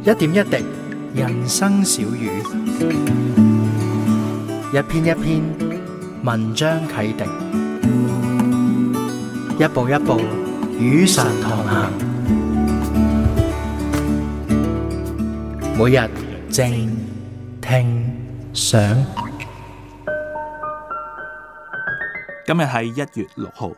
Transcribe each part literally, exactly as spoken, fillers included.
一點一滴，人生小語；一篇一篇，文章啟迪；一步一步，與神同行。每日靜聽想， 今日係一月六號。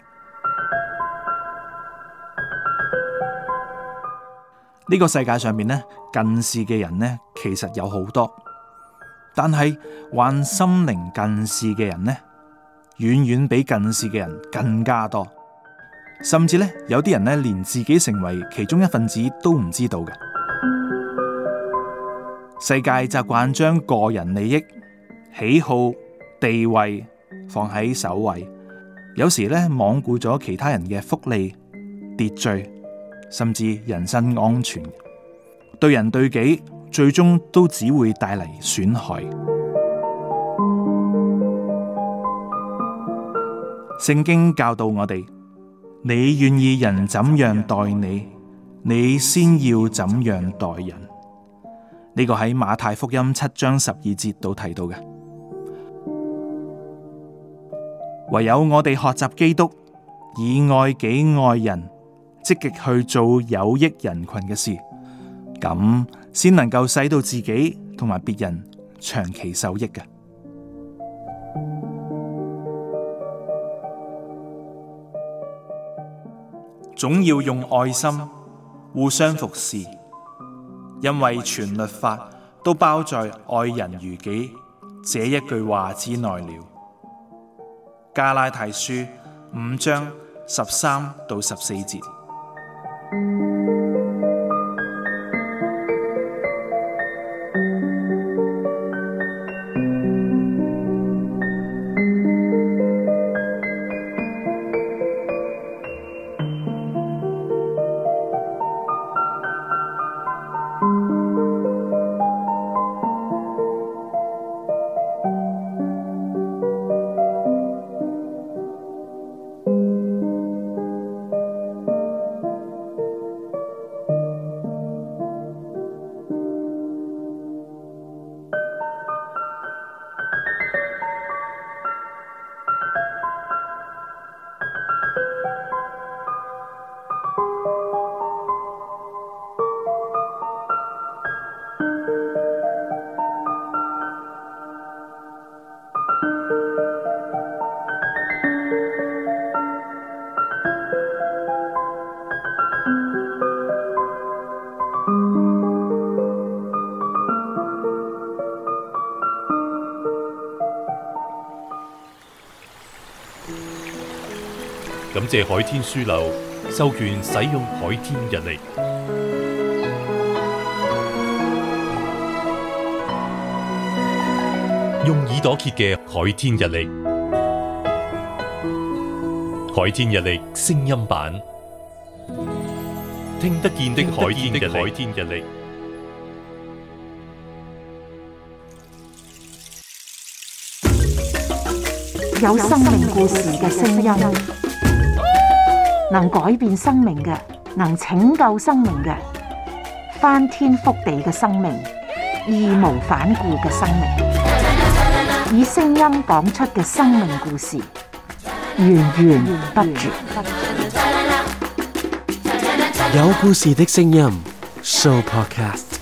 呢個世界上面呢，近視嘅人呢，其實有好多，但係患心靈近視嘅人呢，遠遠比近視嘅人更加多，甚至呢，有啲人呢，連自己成為其中一份子都唔知道嘅。世界習慣將個人利益、喜好、地位放喺首位，有時呢，罔顧咗其他人嘅福利、秩序，甚至人身安全，對人對己，最終都只會帶嚟損害。聖經教導我哋：你願意人怎樣待你，你先要怎樣待人。呢個喺馬太福音七章十二節度提到嘅。唯有我哋學習基督，以愛己愛人，積極去做有益人群嘅事，咁先能夠使到自己同埋別人長期受益嘅。總要用愛心互相服侍，因為全律法都包在愛人如己這一句話之內了。加拉太書五章十三到十四節。 感謝海天書樓授權使用海天日曆，用耳朵揭嘅海天日曆，海天日曆聲音版，聽得見的海天日曆。 有生命故事嘅聲音，能改變生命嘅，能拯救生命嘅，翻天覆地嘅生命，義無反顧嘅生命，以聲音講出嘅生命故事，源源不絕。 有故事的聲音 Show Podcast。